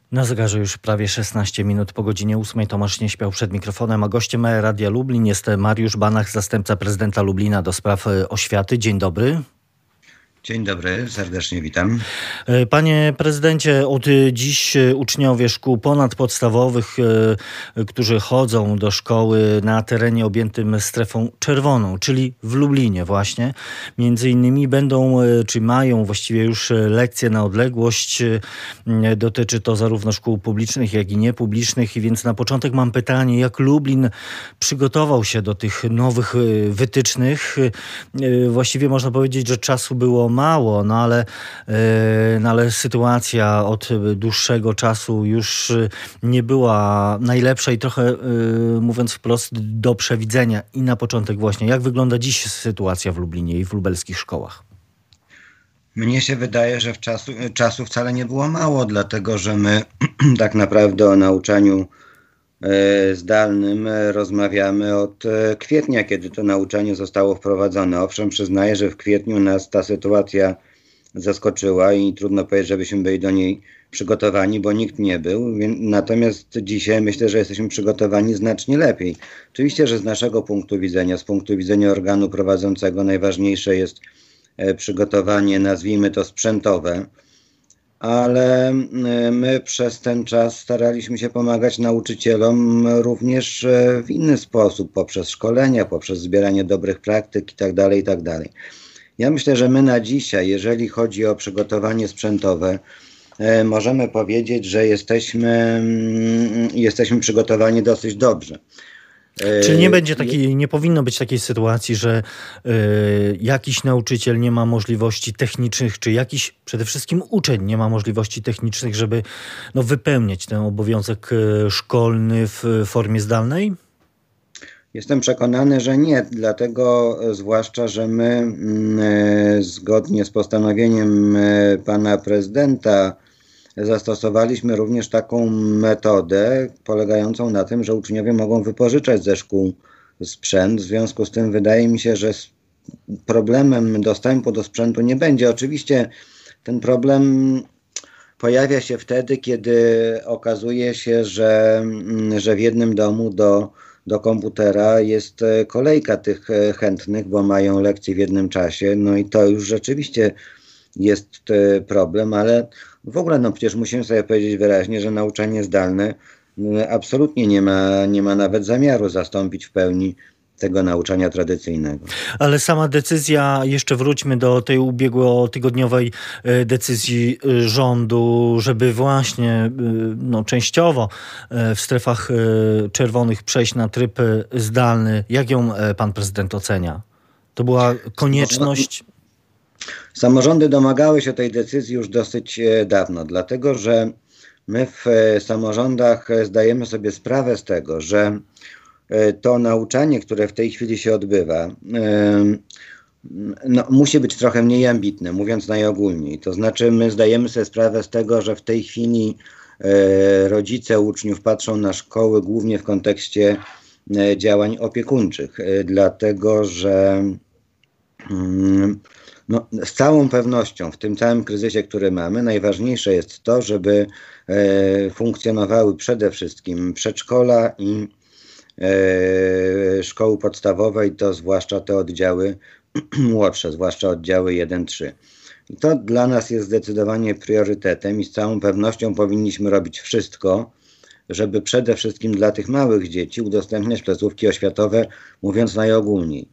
Na zegarze już prawie 16 minut po godzinie 8. Tomasz Nieśmiał przed mikrofonem, a gościem Radia Lublin jest Mariusz Banach, zastępca prezydenta Lublina do spraw oświaty. Dzień dobry. Dzień dobry, serdecznie witam. Panie prezydencie, od dziś uczniowie szkół ponadpodstawowych, którzy chodzą do szkoły na terenie objętym strefą czerwoną, czyli w Lublinie właśnie, między innymi będą, czy mają właściwie już lekcje na odległość. Dotyczy to zarówno szkół publicznych, jak i niepublicznych. I więc na początek mam pytanie, jak Lublin przygotował się do tych nowych wytycznych? Właściwie można powiedzieć, że czasu było mało, ale sytuacja od dłuższego czasu już nie była najlepsza i trochę, mówiąc wprost, do przewidzenia. I na początek właśnie, jak wygląda dziś sytuacja w Lublinie i w lubelskich szkołach? Mnie się wydaje, że czasu wcale nie było mało, dlatego że my tak naprawdę o nauczaniu zdalnym rozmawiamy od kwietnia, kiedy to nauczanie zostało wprowadzone. Owszem, przyznaję, że w kwietniu nas ta sytuacja zaskoczyła i trudno powiedzieć, żebyśmy byli do niej przygotowani, bo nikt nie był. Natomiast dzisiaj myślę, że jesteśmy przygotowani znacznie lepiej. Oczywiście, że z naszego punktu widzenia, z punktu widzenia organu prowadzącego najważniejsze jest przygotowanie, nazwijmy to sprzętowe, ale my przez ten czas staraliśmy się pomagać nauczycielom również w inny sposób, poprzez szkolenia, poprzez zbieranie dobrych praktyk itd., itd. Ja myślę, że my na dzisiaj, jeżeli chodzi o przygotowanie sprzętowe, możemy powiedzieć, że jesteśmy przygotowani dosyć dobrze. Czyli nie powinno być takiej sytuacji, że jakiś nauczyciel nie ma możliwości technicznych, czy jakiś przede wszystkim uczeń nie ma możliwości technicznych, żeby wypełniać ten obowiązek szkolny w formie zdalnej? Jestem przekonany, że nie, dlatego zwłaszcza, że my zgodnie z postanowieniem pana prezydenta zastosowaliśmy również taką metodę polegającą na tym, że uczniowie mogą wypożyczać ze szkół sprzęt. W związku z tym wydaje mi się, że problemem dostępu do sprzętu nie będzie. Oczywiście ten problem pojawia się wtedy, kiedy okazuje się, że w jednym domu do komputera jest kolejka tych chętnych, bo mają lekcje w jednym czasie. No i to już rzeczywiście jest problem, ale w ogóle przecież musimy sobie powiedzieć wyraźnie, że nauczanie zdalne absolutnie nie ma nawet zamiaru zastąpić w pełni tego nauczania tradycyjnego. Ale sama decyzja, jeszcze wróćmy do tej ubiegłotygodniowej decyzji rządu, żeby właśnie częściowo w strefach czerwonych przejść na tryb zdalny. Jak ją pan prezydent ocenia? To była konieczność? Samorządy domagały się tej decyzji już dosyć dawno, dlatego że my w samorządach zdajemy sobie sprawę z tego, że to nauczanie, które w tej chwili się odbywa, musi być trochę mniej ambitne, mówiąc najogólniej. To znaczy my zdajemy sobie sprawę z tego, że w tej chwili rodzice uczniów patrzą na szkoły głównie w kontekście działań opiekuńczych, dlatego że z całą pewnością w tym całym kryzysie, który mamy, najważniejsze jest to, żeby funkcjonowały przede wszystkim przedszkola i szkoły podstawowe, i to zwłaszcza te oddziały młodsze, zwłaszcza oddziały 1-3. I to dla nas jest zdecydowanie priorytetem i z całą pewnością powinniśmy robić wszystko, żeby przede wszystkim dla tych małych dzieci udostępniać placówki oświatowe, mówiąc najogólniej.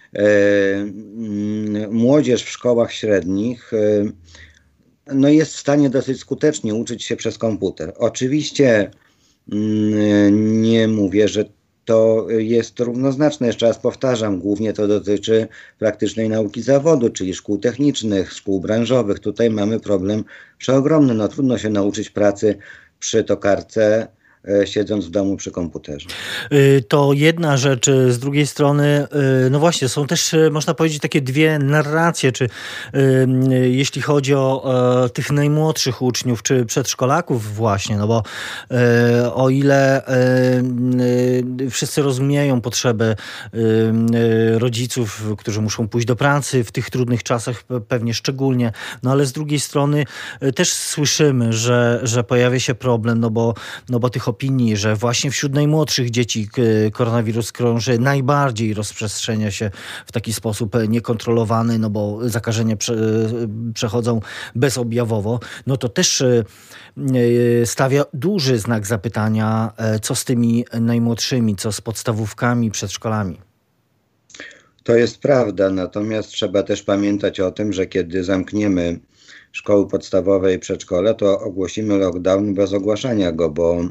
Młodzież w szkołach średnich jest w stanie dosyć skutecznie uczyć się przez komputer. Oczywiście nie mówię, że to jest równoznaczne. Jeszcze raz powtarzam, głównie to dotyczy praktycznej nauki zawodu, czyli szkół technicznych, szkół branżowych. Tutaj mamy problem przeogromny. Trudno się nauczyć pracy przy tokarce siedząc w domu przy komputerze. To jedna rzecz. Z drugiej strony, no właśnie, są też, można powiedzieć, takie dwie narracje, czy jeśli chodzi o tych najmłodszych uczniów, czy przedszkolaków właśnie, no bo o ile wszyscy rozumieją potrzebę rodziców, którzy muszą pójść do pracy w tych trudnych czasach, pewnie szczególnie, no ale z drugiej strony też słyszymy, że pojawia się problem, no bo tych opinii, że właśnie wśród najmłodszych dzieci koronawirus krąży, najbardziej rozprzestrzenia się w taki sposób niekontrolowany, no bo zakażenia przechodzą bezobjawowo, no to też stawia duży znak zapytania, co z tymi najmłodszymi, co z podstawówkami, przedszkolami. To jest prawda, natomiast trzeba też pamiętać o tym, że kiedy zamkniemy szkoły podstawowe i przedszkole, to ogłosimy lockdown bez ogłaszania go,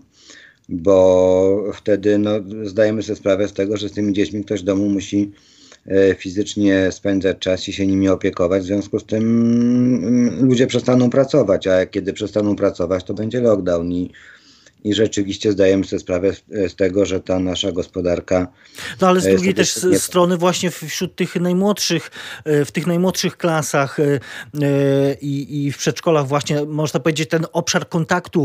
bo wtedy zdajemy sobie sprawę z tego, że z tymi dziećmi ktoś w domu musi fizycznie spędzać czas i się nimi opiekować. W związku z tym ludzie przestaną pracować, a kiedy przestaną pracować, to będzie lockdown i rzeczywiście zdajemy sobie sprawę z tego, że ta nasza gospodarka... No ale z drugiej też strony właśnie wśród tych najmłodszych, w tych najmłodszych klasach i w przedszkolach właśnie, można powiedzieć, ten obszar kontaktu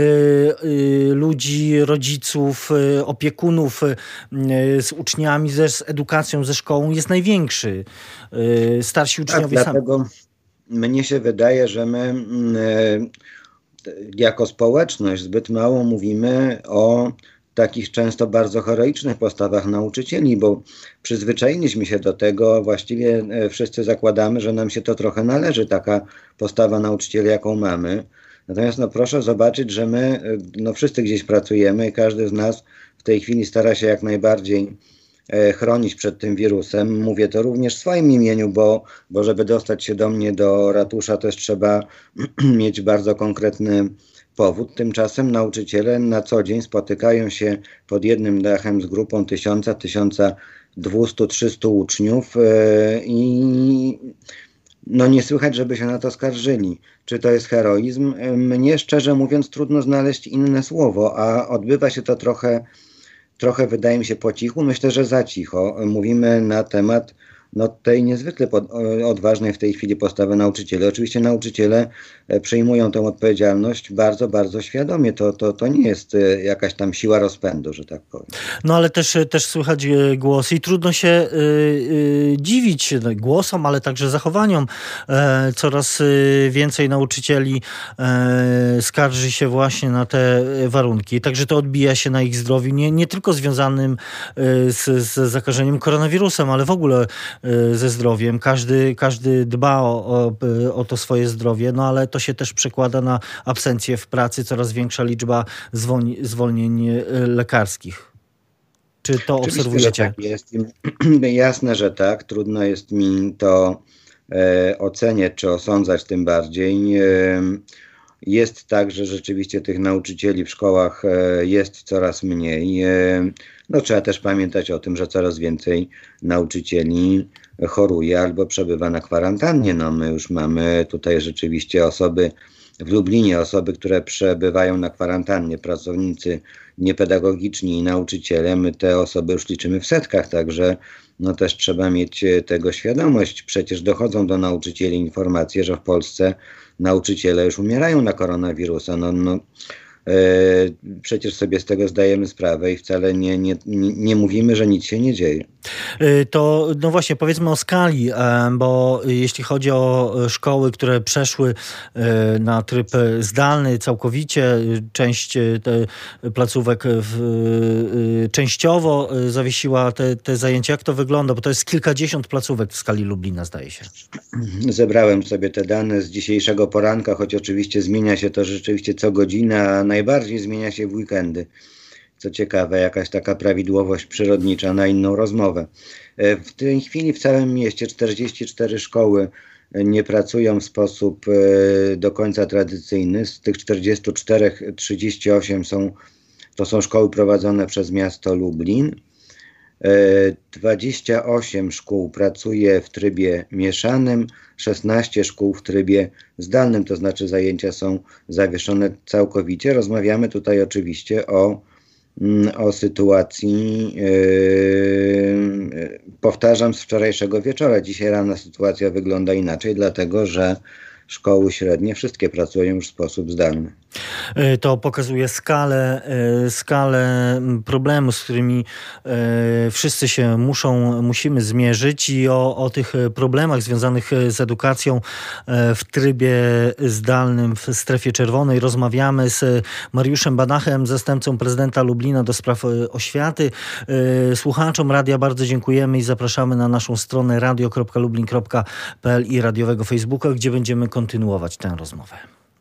ludzi, rodziców, opiekunów z uczniami, z edukacją, ze szkołą jest największy. Starsi uczniowie sami. Dlatego mnie się wydaje, że my... jako społeczność zbyt mało mówimy o takich często bardzo heroicznych postawach nauczycieli, bo przyzwyczailiśmy się do tego, właściwie wszyscy zakładamy, że nam się to trochę należy, taka postawa nauczycieli, jaką mamy. Natomiast proszę zobaczyć, że my wszyscy gdzieś pracujemy i każdy z nas w tej chwili stara się jak najbardziej chronić przed tym wirusem. Mówię to również w swoim imieniu, bo żeby dostać się do mnie do ratusza, też trzeba mieć bardzo konkretny powód. Tymczasem nauczyciele na co dzień spotykają się pod jednym dachem z grupą 1000, 1200, 300 uczniów i nie słychać, żeby się na to skarżyli. Czy to jest heroizm? Mnie, szczerze mówiąc, trudno znaleźć inne słowo, a odbywa się to trochę wydaje mi się po cichu, myślę, że za cicho. Mówimy na temat tej niezwykle odważnej w tej chwili postawy nauczycieli. Oczywiście nauczyciele przyjmują tę odpowiedzialność bardzo, bardzo świadomie. To nie jest jakaś tam siła rozpędu, że tak powiem. No ale też słychać głosy i trudno się dziwić głosom, ale także zachowaniom. Coraz więcej nauczycieli skarży się właśnie na te warunki. Także to odbija się na ich zdrowiu, nie tylko związanym z zakażeniem koronawirusem, ale w ogóle ze zdrowiem. Każdy dba o to swoje zdrowie, no ale to się też przekłada na absencję w pracy, coraz większa liczba zwolnień lekarskich. Czy to oczywiście obserwujecie? Tak jest. Jasne, że tak. Trudno jest mi to oceniać czy osądzać tym bardziej. Jest tak, że rzeczywiście tych nauczycieli w szkołach jest coraz mniej. Trzeba też pamiętać o tym, że coraz więcej nauczycieli choruje albo przebywa na kwarantannie. My już mamy tutaj rzeczywiście osoby w Lublinie, które przebywają na kwarantannie, pracownicy niepedagogiczni i nauczyciele. My te osoby już liczymy w setkach, także też trzeba mieć tego świadomość. Przecież dochodzą do nauczycieli informacje, że w Polsce nauczyciele już umierają na koronawirusa. Przecież sobie z tego zdajemy sprawę i wcale nie mówimy, że nic się nie dzieje. To właśnie powiedzmy o skali, bo jeśli chodzi o szkoły, które przeszły na tryb zdalny całkowicie, część placówek częściowo zawiesiła te zajęcia. Jak to wygląda? Bo to jest kilkadziesiąt placówek w skali Lublina, zdaje się. Zebrałem sobie te dane z dzisiejszego poranka, choć oczywiście zmienia się to rzeczywiście co godzinę, a najbardziej zmienia się w weekendy. Co ciekawe, jakaś taka prawidłowość przyrodnicza na inną rozmowę. W tej chwili w całym mieście 44 szkoły nie pracują w sposób do końca tradycyjny. Z tych 44, 38 to są szkoły prowadzone przez miasto Lublin. 28 szkół pracuje w trybie mieszanym, 16 szkół w trybie zdalnym, to znaczy zajęcia są zawieszone całkowicie. Rozmawiamy tutaj oczywiście o sytuacji, powtarzam, z wczorajszego wieczora. Dzisiaj rano sytuacja wygląda inaczej, dlatego że szkoły średnie wszystkie pracują już w sposób zdalny. To pokazuje skalę problemu, z którymi wszyscy się musimy zmierzyć i o tych problemach związanych z edukacją w trybie zdalnym w strefie czerwonej rozmawiamy z Mariuszem Banachem, zastępcą prezydenta Lublina do spraw oświaty. Słuchaczom radia bardzo dziękujemy i zapraszamy na naszą stronę radio.lublin.pl i radiowego Facebooka, gdzie będziemy kontynuować tę rozmowę.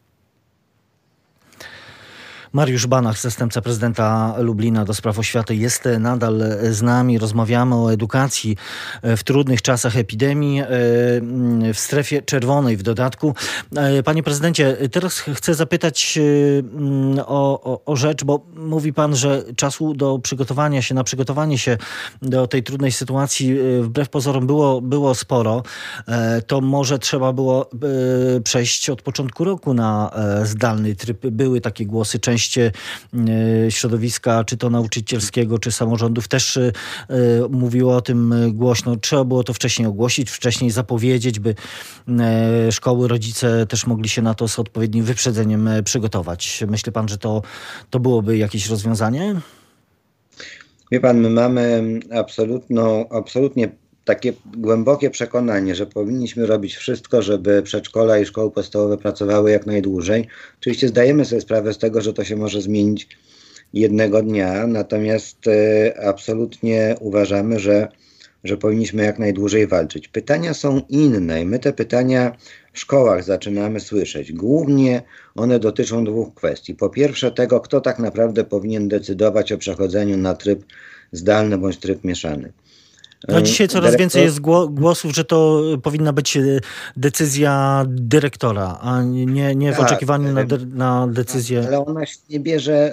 Mariusz Banach, zastępca prezydenta Lublina do spraw oświaty, jest nadal z nami. Rozmawiamy o edukacji w trudnych czasach epidemii w strefie czerwonej w dodatku. Panie prezydencie, teraz chcę zapytać o rzecz, bo mówi pan, że czasu do przygotowanie się do tej trudnej sytuacji wbrew pozorom było sporo. To może trzeba było przejść od początku roku na zdalny tryb. Były takie głosy, część środowiska, czy to nauczycielskiego, czy samorządów też mówiło o tym głośno. Trzeba było to wcześniej ogłosić, wcześniej zapowiedzieć, by szkoły, rodzice też mogli się na to z odpowiednim wyprzedzeniem przygotować. Myśli pan, że to byłoby jakieś rozwiązanie? Wie pan, my mamy absolutnie takie głębokie przekonanie, że powinniśmy robić wszystko, żeby przedszkola i szkoły podstawowe pracowały jak najdłużej. Oczywiście zdajemy sobie sprawę z tego, że to się może zmienić jednego dnia, natomiast absolutnie uważamy, że powinniśmy jak najdłużej walczyć. Pytania są inne i my te pytania w szkołach zaczynamy słyszeć. Głównie one dotyczą dwóch kwestii. Po pierwsze tego, kto tak naprawdę powinien decydować o przechodzeniu na tryb zdalny bądź tryb mieszany. No dzisiaj coraz więcej jest głosów, że to powinna być decyzja dyrektora, a nie w oczekiwaniu na decyzję. Ale ona się nie bierze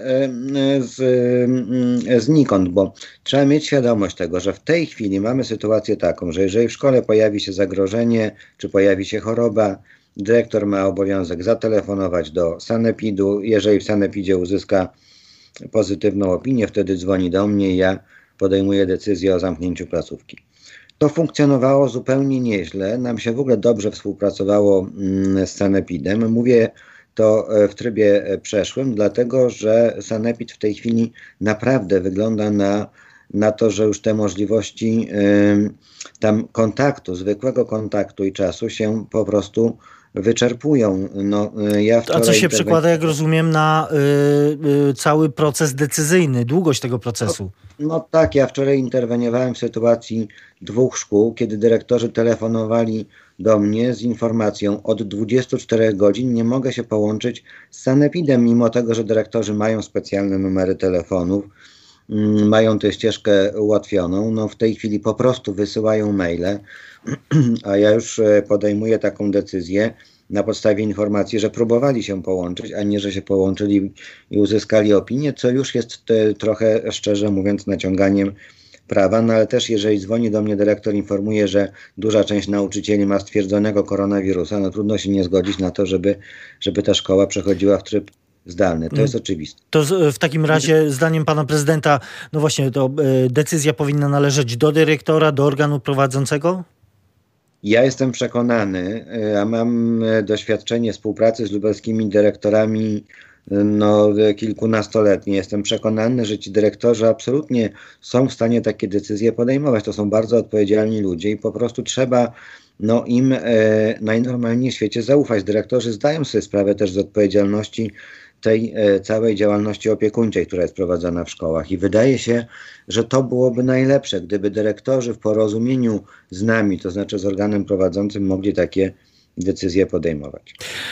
znikąd, bo trzeba mieć świadomość tego, że w tej chwili mamy sytuację taką, że jeżeli w szkole pojawi się zagrożenie, czy pojawi się choroba, dyrektor ma obowiązek zatelefonować do sanepidu. Jeżeli w sanepidzie uzyska pozytywną opinię, wtedy dzwoni do mnie i ja podejmuje decyzję o zamknięciu placówki. To funkcjonowało zupełnie nieźle. Nam się w ogóle dobrze współpracowało z sanepidem. Mówię to w trybie przeszłym, dlatego że sanepid w tej chwili naprawdę wygląda na to, że już te możliwości tam kontaktu, zwykłego kontaktu i czasu się po prostu wyczerpują. A co się przekłada, jak rozumiem, na cały proces decyzyjny, długość tego procesu? No tak, ja wczoraj interweniowałem w sytuacji dwóch szkół, kiedy dyrektorzy telefonowali do mnie z informacją: od 24 godzin nie mogę się połączyć z sanepidem, mimo tego, że dyrektorzy mają specjalne numery telefonów, mają tę ścieżkę ułatwioną. No w tej chwili po prostu wysyłają maile, a ja już podejmuję taką decyzję na podstawie informacji, że próbowali się połączyć, a nie, że się połączyli i uzyskali opinię, co już jest trochę, szczerze mówiąc, naciąganiem prawa. No ale też jeżeli dzwoni do mnie dyrektor, informuje, że duża część nauczycieli ma stwierdzonego koronawirusa, no trudno się nie zgodzić na to, żeby ta szkoła przechodziła w tryb zdalny. To jest oczywiste. To w takim razie, zdaniem pana prezydenta, no właśnie, to decyzja powinna należeć do dyrektora, do organu prowadzącego? Ja jestem przekonany, a mam doświadczenie współpracy z lubelskimi dyrektorami kilkunastoletnie. Jestem przekonany, że ci dyrektorzy absolutnie są w stanie takie decyzje podejmować. To są bardzo odpowiedzialni ludzie i po prostu trzeba im najnormalniej w świecie zaufać. Dyrektorzy zdają sobie sprawę też z odpowiedzialności tej całej działalności opiekuńczej, która jest prowadzona w szkołach. I wydaje się, że to byłoby najlepsze, gdyby dyrektorzy w porozumieniu z nami, to znaczy z organem prowadzącym, mogli takie decyzje podejmować.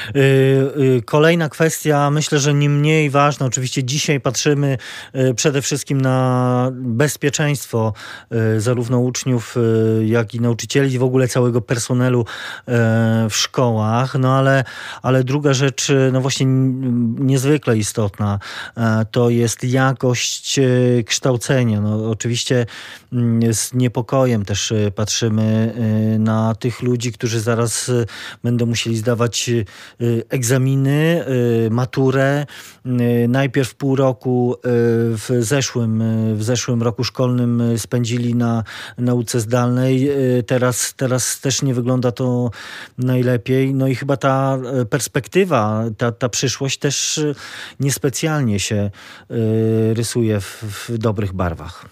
Kolejna kwestia, myślę, że nie mniej ważna. Oczywiście dzisiaj patrzymy przede wszystkim na bezpieczeństwo zarówno uczniów, jak i nauczycieli, w ogóle całego personelu w szkołach. No ale druga rzecz, no właśnie niezwykle istotna, to jest jakość kształcenia. No oczywiście z niepokojem też patrzymy na tych ludzi, którzy zaraz będą musieli zdawać egzaminy, maturę. Najpierw pół roku w zeszłym roku szkolnym spędzili na nauce zdalnej. Teraz też nie wygląda to najlepiej. No i chyba ta perspektywa, ta przyszłość też niespecjalnie się rysuje w dobrych barwach.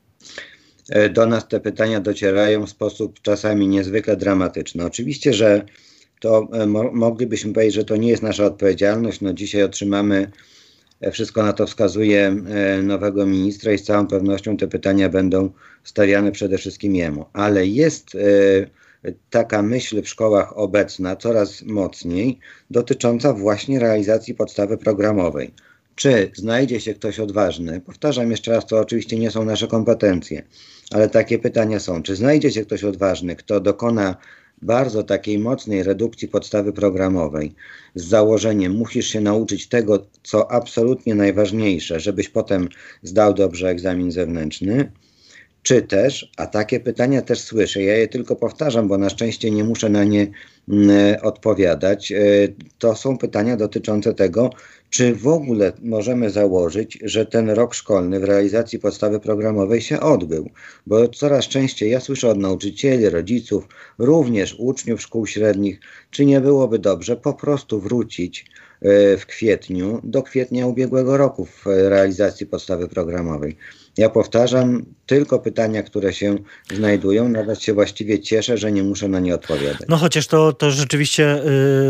Do nas te pytania docierają w sposób czasami niezwykle dramatyczny. Oczywiście, że to moglibyśmy powiedzieć, że to nie jest nasza odpowiedzialność. No dzisiaj otrzymamy, wszystko na to wskazuje, nowego ministra i z całą pewnością te pytania będą stawiane przede wszystkim jemu. Ale jest taka myśl w szkołach obecna coraz mocniej dotycząca właśnie realizacji podstawy programowej. Czy znajdzie się ktoś odważny? Powtarzam jeszcze raz, to oczywiście nie są nasze kompetencje, ale takie pytania są. Czy znajdzie się ktoś odważny, kto dokona bardzo takiej mocnej redukcji podstawy programowej z założeniem musisz się nauczyć tego, co absolutnie najważniejsze, żebyś potem zdał dobrze egzamin zewnętrzny? Czy też, a takie pytania też słyszę, ja je tylko powtarzam, bo na szczęście nie muszę na nie odpowiadać, to są pytania dotyczące tego, czy w ogóle możemy założyć, że ten rok szkolny w realizacji podstawy programowej się odbył. Bo coraz częściej ja słyszę od nauczycieli, rodziców, również uczniów szkół średnich, czy nie byłoby dobrze po prostu wrócić w kwietniu do kwietnia ubiegłego roku w realizacji podstawy programowej. Ja powtarzam, tylko pytania, które się znajdują, nawet się właściwie cieszę, że nie muszę na nie odpowiadać. No chociaż to rzeczywiście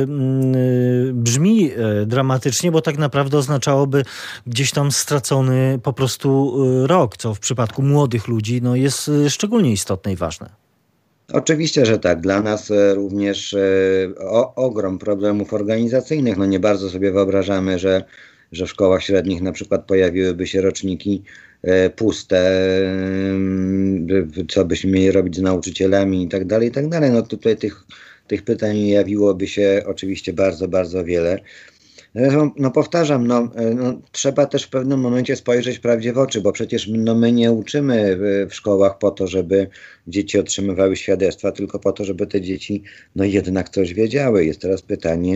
brzmi dramatycznie, bo tak naprawdę oznaczałoby gdzieś tam stracony po prostu rok, co w przypadku młodych ludzi no jest szczególnie istotne i ważne. Oczywiście, że tak. Dla nas również ogrom problemów organizacyjnych. No nie bardzo sobie wyobrażamy, że w szkołach średnich na przykład pojawiłyby się roczniki puste, co byśmy mieli robić z nauczycielami i tak dalej, i tak dalej. No tutaj tych pytań jawiłoby się oczywiście bardzo, bardzo wiele. No powtarzam, trzeba też w pewnym momencie spojrzeć prawdzie w oczy, bo przecież my nie uczymy w szkołach po to, żeby dzieci otrzymywały świadectwa, tylko po to, żeby te dzieci jednak coś wiedziały. Jest teraz pytanie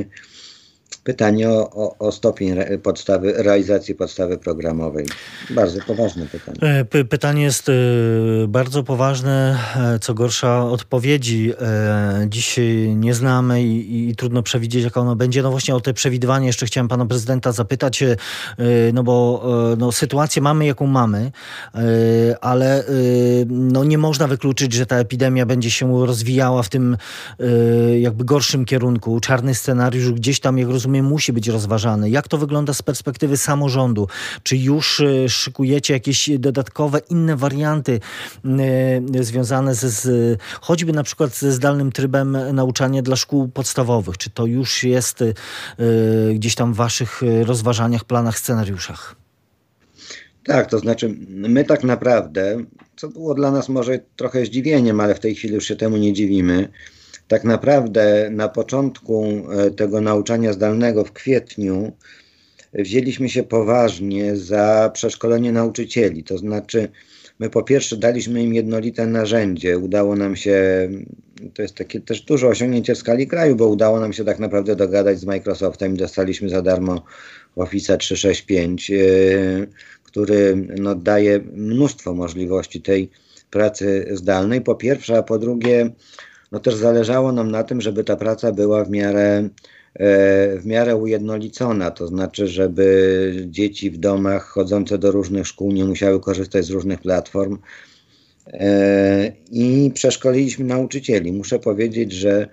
o stopień realizacji podstawy programowej. Bardzo poważne pytanie. Pytanie jest bardzo poważne. Co gorsza, odpowiedzi dziś nie znamy i trudno przewidzieć, jaka ona będzie. No właśnie o te przewidywanie jeszcze chciałem pana prezydenta zapytać, no bo sytuację mamy, jaką mamy, ale nie można wykluczyć, że ta epidemia będzie się rozwijała w tym jakby gorszym kierunku. Czarny scenariusz gdzieś tam, jak rozumiem, musi być rozważany. Jak to wygląda z perspektywy samorządu? Czy już szykujecie jakieś dodatkowe, inne warianty związane choćby na przykład ze zdalnym trybem nauczania dla szkół podstawowych? Czy to już jest gdzieś tam w waszych rozważaniach, planach, scenariuszach? Tak, to znaczy my tak naprawdę, co było dla nas może trochę zdziwieniem, ale w tej chwili już się temu nie dziwimy, tak naprawdę na początku tego nauczania zdalnego w kwietniu wzięliśmy się poważnie za przeszkolenie nauczycieli. To znaczy my po pierwsze daliśmy im jednolite narzędzie. Udało nam się, to jest takie też duże osiągnięcie w skali kraju, bo udało nam się tak naprawdę dogadać z Microsoftem i dostaliśmy za darmo Office 365, który daje mnóstwo możliwości tej pracy zdalnej, po pierwsze, a po drugie też zależało nam na tym, żeby ta praca była w miarę ujednolicona, to znaczy, żeby dzieci w domach chodzące do różnych szkół nie musiały korzystać z różnych platform i przeszkoliliśmy nauczycieli. Muszę powiedzieć, że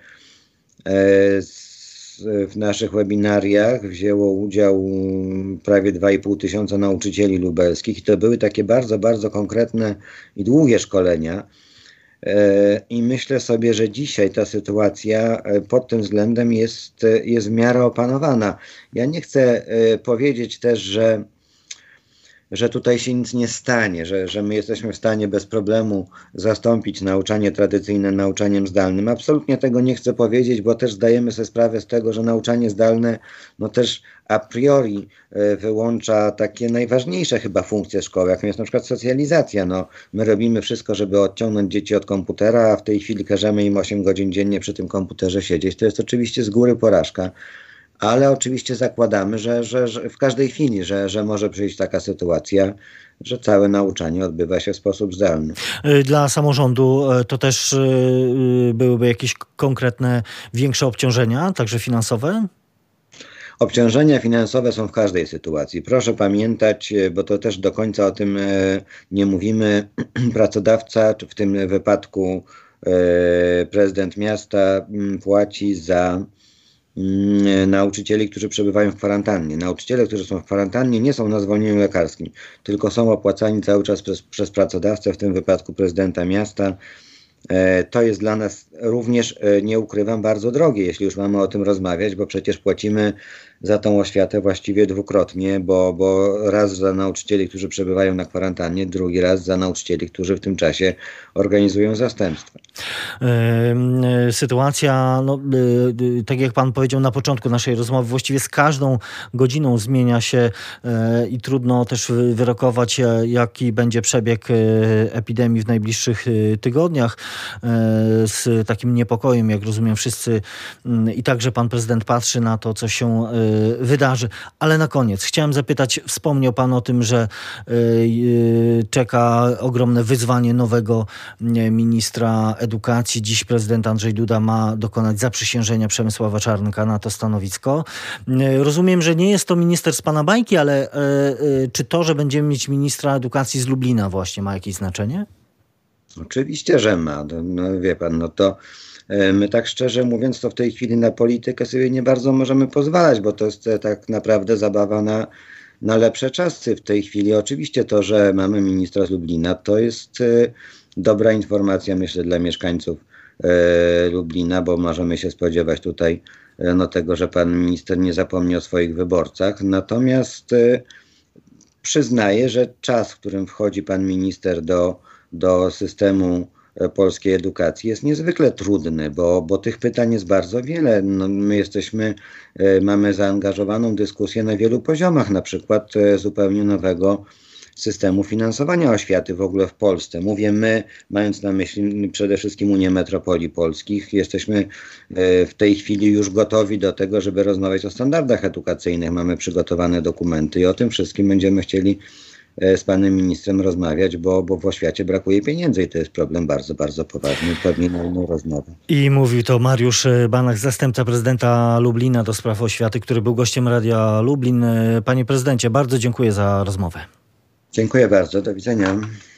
w naszych webinariach wzięło udział prawie 2500 nauczycieli lubelskich i to były takie bardzo, bardzo konkretne i długie szkolenia. I myślę sobie, że dzisiaj ta sytuacja pod tym względem jest w miarę opanowana. Ja nie chcę powiedzieć też, że tutaj się nic nie stanie, że my jesteśmy w stanie bez problemu zastąpić nauczanie tradycyjne nauczaniem zdalnym. Absolutnie tego nie chcę powiedzieć, bo też zdajemy sobie sprawę z tego, że nauczanie zdalne no też a priori wyłącza takie najważniejsze chyba funkcje szkoły, jaką jest na przykład socjalizacja. No, my robimy wszystko, żeby odciągnąć dzieci od komputera, a w tej chwili każemy im 8 godzin dziennie przy tym komputerze siedzieć. To jest oczywiście z góry porażka. Ale oczywiście zakładamy, że w każdej chwili, że może przyjść taka sytuacja, że całe nauczanie odbywa się w sposób zdalny. Dla samorządu to też byłyby jakieś konkretne, większe obciążenia, także finansowe? Obciążenia finansowe są w każdej sytuacji. Proszę pamiętać, bo to też do końca o tym nie mówimy, pracodawca, czy w tym wypadku prezydent miasta płaci za nauczycieli, którzy przebywają w kwarantannie. Nauczyciele, którzy są w kwarantannie, nie są na zwolnieniu lekarskim, tylko są opłacani cały czas przez pracodawcę, w tym wypadku prezydenta miasta. To jest dla nas również, nie ukrywam, bardzo drogie, jeśli już mamy o tym rozmawiać, bo przecież płacimy za tą oświatę właściwie dwukrotnie, bo raz za nauczycieli, którzy przebywają na kwarantannie, drugi raz za nauczycieli, którzy w tym czasie organizują zastępstwa. Sytuacja, no, tak jak pan powiedział na początku naszej rozmowy, właściwie z każdą godziną zmienia się i trudno też wyrokować, jaki będzie przebieg epidemii w najbliższych tygodniach. Z takim niepokojem, jak rozumiem, wszyscy i także pan prezydent patrzy na to, co się wydarzy. Ale na koniec chciałem zapytać, wspomniał pan o tym, że czeka ogromne wyzwanie nowego ministra edukacji. Dziś prezydent Andrzej Duda ma dokonać zaprzysiężenia Przemysława Czarnka na to stanowisko. Rozumiem, że nie jest to minister z pana bajki, ale czy to, że będziemy mieć ministra edukacji z Lublina właśnie ma jakieś znaczenie? Oczywiście, że ma. No, wie pan, no to my tak szczerze mówiąc, to w tej chwili na politykę sobie nie bardzo możemy pozwalać, bo to jest tak naprawdę zabawa na lepsze czasy w tej chwili. Oczywiście to, że mamy ministra z Lublina, to jest dobra informacja, myślę, dla mieszkańców Lublina, bo możemy się spodziewać tutaj tego, że pan minister nie zapomni o swoich wyborcach. Natomiast przyznaję, że czas, w którym wchodzi pan minister do systemu polskiej edukacji jest niezwykle trudny, bo tych pytań jest bardzo wiele. No, my mamy zaangażowaną dyskusję na wielu poziomach, na przykład zupełnie nowego systemu finansowania oświaty w ogóle w Polsce. Mówię my, mając na myśli przede wszystkim Unię Metropolii Polskich. Jesteśmy w tej chwili już gotowi do tego, żeby rozmawiać o standardach edukacyjnych. Mamy przygotowane dokumenty i o tym wszystkim będziemy chcieli z panem ministrem rozmawiać, bo w oświacie brakuje pieniędzy i to jest problem bardzo, bardzo poważny. Pewnie na inną rozmowę. I mówił to Mariusz Banach, zastępca prezydenta Lublina do spraw oświaty, który był gościem Radia Lublin. Panie prezydencie, bardzo dziękuję za rozmowę. Dziękuję bardzo. Do widzenia.